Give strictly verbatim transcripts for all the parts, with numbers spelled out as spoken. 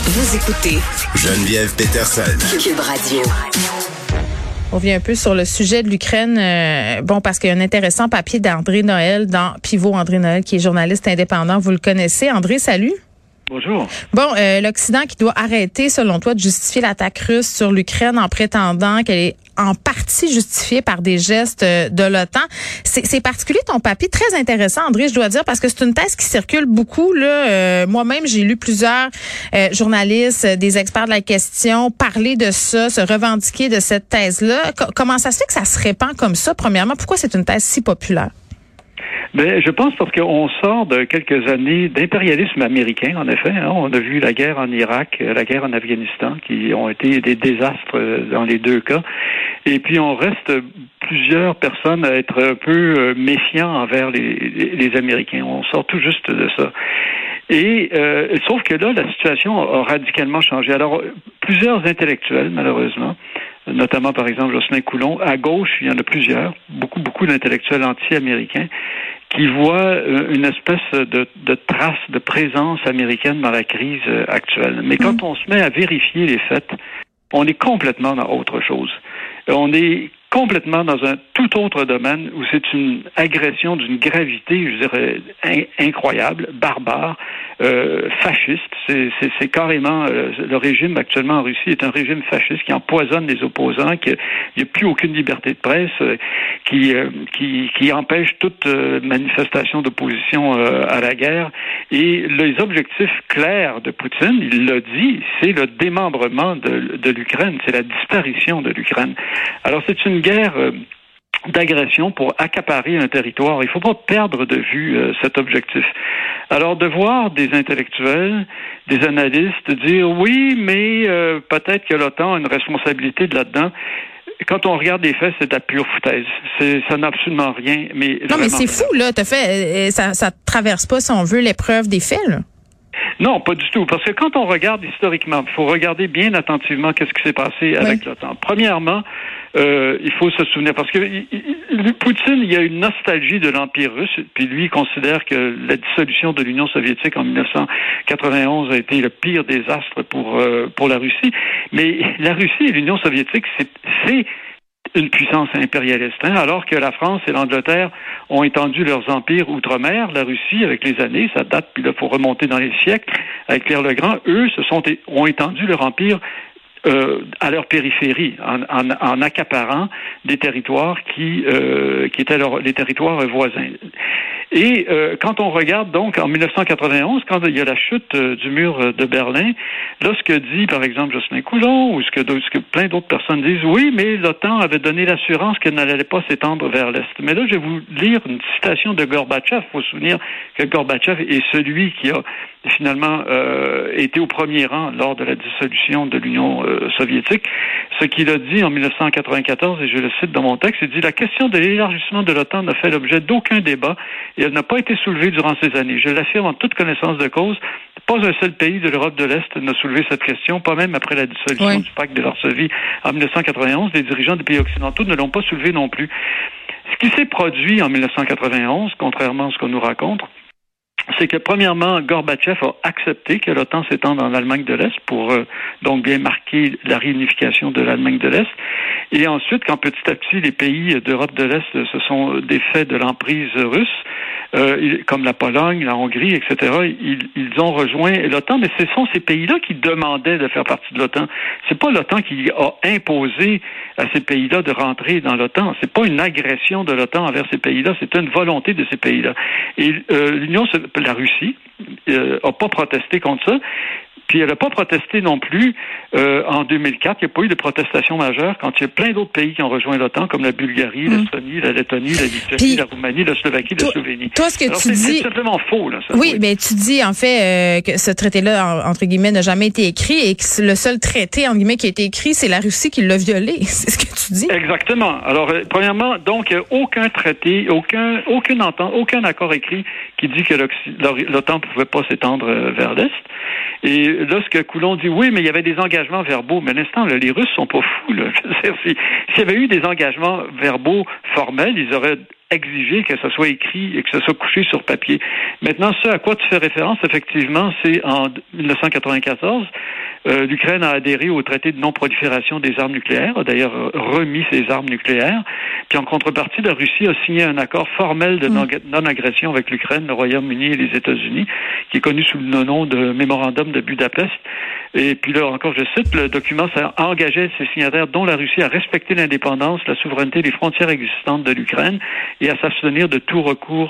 Vous écoutez Geneviève Peterson. Cube Radio. On vient un peu sur le sujet de l'Ukraine. Euh, bon, parce qu'il y a un intéressant papier d'André Noël dans Pivot. André Noël, qui est journaliste indépendant. Vous le connaissez. André, salut. Bonjour. Bon, euh, l'Occident qui doit arrêter, selon toi, de justifier l'attaque russe sur l'Ukraine en prétendant qu'elle est en partie justifiée par des gestes de l'OTAN. C'est, c'est particulier ton papier, très intéressant, André, je dois dire, parce que c'est une thèse qui circule beaucoup. Là, euh, moi-même, j'ai lu plusieurs euh, journalistes, des experts de la question parler de ça, se revendiquer de cette thèse-là. Co- comment ça se fait que ça se répand comme ça, premièrement? Pourquoi c'est une thèse si populaire? Ben, je pense parce qu'on sort de quelques années d'impérialisme américain, en effet. Hein. On a vu la guerre en Irak, la guerre en Afghanistan, qui ont été des désastres dans les deux cas. Et puis, on reste plusieurs personnes à être un peu méfiants envers les, les Américains. On sort tout juste de ça. Et euh, sauf que là, la situation a radicalement changé. Alors, plusieurs intellectuels, malheureusement, notamment, par exemple, Jocelyn Coulon, à gauche, il y en a plusieurs, beaucoup, beaucoup d'intellectuels anti-américains, qui voient une espèce de, de trace de présence américaine dans la crise actuelle. Mais quand on se met à vérifier les faits, on est complètement dans autre chose. On est complètement dans un tout autre domaine où c'est une agression d'une gravité, je dirais, in- incroyable, barbare, euh, fasciste. C'est, c'est, c'est carrément euh, le régime actuellement en Russie est un régime fasciste qui empoisonne les opposants, qui il n'y a plus aucune liberté de presse, euh, qui, euh, qui qui empêche toute euh, manifestation d'opposition euh, à la guerre. Et les objectifs clairs de Poutine, il l'a dit, c'est le démembrement de, de l'Ukraine, c'est la disparition de l'Ukraine. Alors c'est une guerre euh, d'agression pour accaparer un territoire. Il ne faut pas perdre de vue euh, cet objectif. Alors, de voir des intellectuels, des analystes dire oui, mais euh, peut-être que l'OTAN a une responsabilité de là-dedans. Quand on regarde les faits, c'est de la pure foutaise. C'est, ça n'a absolument rien. Mais non, mais c'est fou, là. T'as fait, ça, ça traverse pas, si on veut, l'épreuve des faits, là. Non, pas du tout. Parce que quand on regarde historiquement, il faut regarder bien attentivement qu'est-ce qui s'est passé avec oui. l'OTAN. Premièrement, euh, il faut se souvenir, parce que il, il, Poutine, il y a une nostalgie de l'Empire russe, puis lui, il considère que la dissolution de l'Union soviétique en dix-neuf cent quatre-vingt-onze a été le pire désastre pour euh, pour la Russie. Mais la Russie et l'Union soviétique, c'est, c'est une puissance impérialiste, hein, alors que la France et l'Angleterre ont étendu leurs empires outre-mer, la Russie, avec les années, ça date, puis là, il faut remonter dans les siècles, avec Pierre le Grand, eux se sont ont étendu leur empire euh, à leur périphérie, en, en, en accaparant des territoires qui, euh, qui étaient leur, les territoires voisins. Et euh, quand on regarde donc en dix-neuf cent quatre-vingt-onze, quand il y a la chute euh, du mur de Berlin, là ce que dit par exemple Jocelyn Coulon ou ce que, ce que plein d'autres personnes disent, oui, mais l'OTAN avait donné l'assurance qu'elle n'allait pas s'étendre vers l'Est. Mais là, je vais vous lire une citation de Gorbatchev. Il faut se souvenir que Gorbatchev est celui qui a finalement euh, été au premier rang lors de la dissolution de l'Union euh, soviétique. Ce qu'il a dit en dix-neuf cent quatre-vingt-quatorze, et je le cite dans mon texte, il dit « La question de l'élargissement de l'OTAN n'a fait l'objet d'aucun débat et elle n'a pas été soulevée durant ces années. Je l'affirme en toute connaissance de cause. Pas un seul pays de l'Europe de l'Est n'a soulevé cette question, pas même après la dissolution oui. du pacte de Varsovie en dix-neuf cent quatre-vingt-onze. Les dirigeants des pays occidentaux ne l'ont pas soulevé non plus. Ce qui s'est produit en dix-neuf cent quatre-vingt-onze, contrairement à ce qu'on nous raconte, c'est que, premièrement, Gorbatchev a accepté que l'OTAN s'étende en Allemagne de l'Est pour euh, donc bien marquer la réunification de l'Allemagne de l'Est. Et ensuite, quand petit à petit les pays d'Europe de l'Est se sont défaits de l'emprise russe, euh, comme la Pologne, la Hongrie, et cetera, ils, ils ont rejoint l'OTAN, mais ce sont ces pays-là qui demandaient de faire partie de l'OTAN. C'est pas l'OTAN qui a imposé à ces pays-là de rentrer dans l'OTAN. C'est pas une agression de l'OTAN envers ces pays-là, c'est une volonté de ces pays-là. Et euh, l'Union, la Russie, euh, a pas protesté contre ça. Puis elle n'a pas protesté non plus euh, en deux mille quatre. Il n'y a pas eu de protestation majeure quand il y a plein d'autres pays qui ont rejoint l'OTAN, comme la Bulgarie, mmh. l'Estonie, la Lettonie, la Lituanie, Puis, la Roumanie, la Slovaquie, toi, la Slovénie. Toi, ce que Alors, tu c'est, dis, c'est simplement faux, là. Ça, oui, oui, mais tu dis en fait euh, que ce traité-là, en, entre guillemets, n'a jamais été écrit et que le seul traité, entre guillemets, qui a été écrit, c'est la Russie qui l'a violé. C'est ce que tu dis. Exactement. Alors, euh, premièrement, donc, euh, aucun traité, aucun, aucune entente, aucun accord écrit qui dit que l'OTAN ne pouvait pas s'étendre euh, vers l'Est. Et là, ce que Coulon dit, oui, mais il y avait des engagements verbaux. Mais à l'instant, là, les Russes sont pas fous. Là. Je veux dire, si, s'il y avait eu des engagements verbaux formels, ils auraient exiger que ça soit écrit et que ça soit couché sur papier. Maintenant, ce à quoi tu fais référence, effectivement, c'est en dix-neuf cent quatre-vingt-quatorze, euh, l'Ukraine a adhéré au traité de non-prolifération des armes nucléaires, a d'ailleurs remis ses armes nucléaires, puis en contrepartie, la Russie a signé un accord formel de non-agression avec l'Ukraine, le Royaume-Uni et les États-Unis, qui est connu sous le nom de Mémorandum de Budapest. Et puis là, encore, je cite, le document ça engageait ses signataires, dont la Russie, à respecter l'indépendance, la souveraineté et les frontières existantes de l'Ukraine et à s'abstenir de tout recours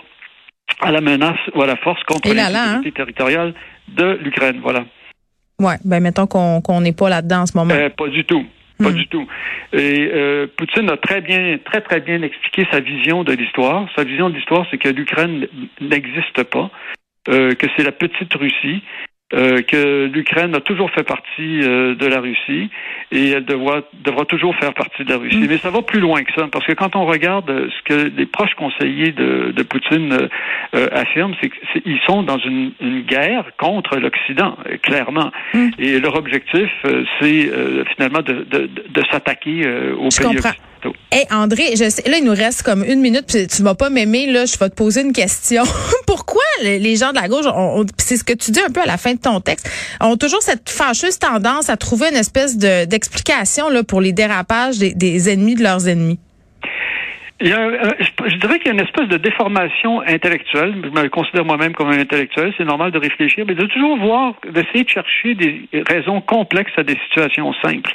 à la menace ou à la force contre l'intégrité hein? territoriale de l'Ukraine. Voilà. Ouais, ben mettons qu'on qu'on n'est pas là-dedans en ce moment. Euh, pas du tout. Pas hmm. du tout. Et euh, Poutine a très bien, très très bien expliqué sa vision de l'histoire. Sa vision de l'histoire, c'est que l'Ukraine n'existe pas, euh, que c'est la petite Russie. Euh, que l'Ukraine a toujours fait partie euh, de la Russie et elle devra, devra toujours faire partie de la Russie. Mmh. Mais ça va plus loin que ça, parce que quand on regarde ce que les proches conseillers de, de Poutine euh, euh, affirment, c'est qu'ils sont dans une, une guerre contre l'Occident, clairement. Mmh. Et leur objectif, euh, c'est euh, finalement de, de, de, de s'attaquer euh, aux Je pays comprends. occidentaux. Hey André, je sais, là il nous reste comme une minute, puis tu vas pas m'aimer, là, je vais te poser une question. Pourquoi les gens de la gauche, on, on, c'est ce que tu dis un peu à la fin de ton texte, ont toujours cette fâcheuse tendance à trouver une espèce de d'explication là pour les dérapages des, des ennemis de leurs ennemis? Il y a, euh, je, je dirais qu'il y a une espèce de déformation intellectuelle. Je me considère moi-même comme un intellectuel, c'est normal de réfléchir, mais de toujours voir, d'essayer de chercher des raisons complexes à des situations simples.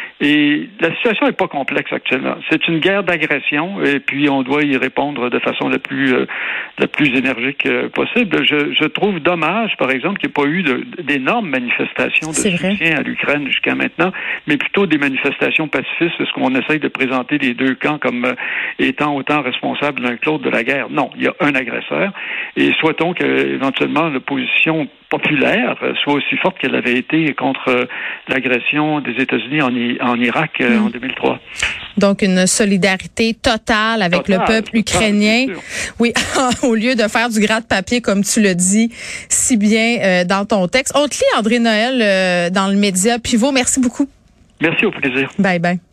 Et la situation n'est pas complexe actuellement. C'est une guerre d'agression et puis on doit y répondre de façon la plus euh, la plus énergique euh, possible. Je, je trouve dommage, par exemple, qu'il n'y ait pas eu de, d'énormes manifestations de C'est soutien vrai. à l'Ukraine jusqu'à maintenant, mais plutôt des manifestations pacifistes, parce qu'on essaye de présenter les deux camps comme euh, étant autant responsables l'un que l'autre de la guerre. Non, il y a un agresseur et souhaitons que éventuellement l'opposition populaire soit aussi forte qu'elle avait été contre euh, l'agression des États-Unis en, I- en Irak euh, mmh. en deux mille trois. Donc, une solidarité totale avec Total, le peuple total, ukrainien. Oui, au lieu de faire du gratte-papier, comme tu le dis si bien euh, dans ton texte. On te lit, André Noël, euh, dans le média Pivot. Merci beaucoup. Merci, au plaisir. Bye, bye.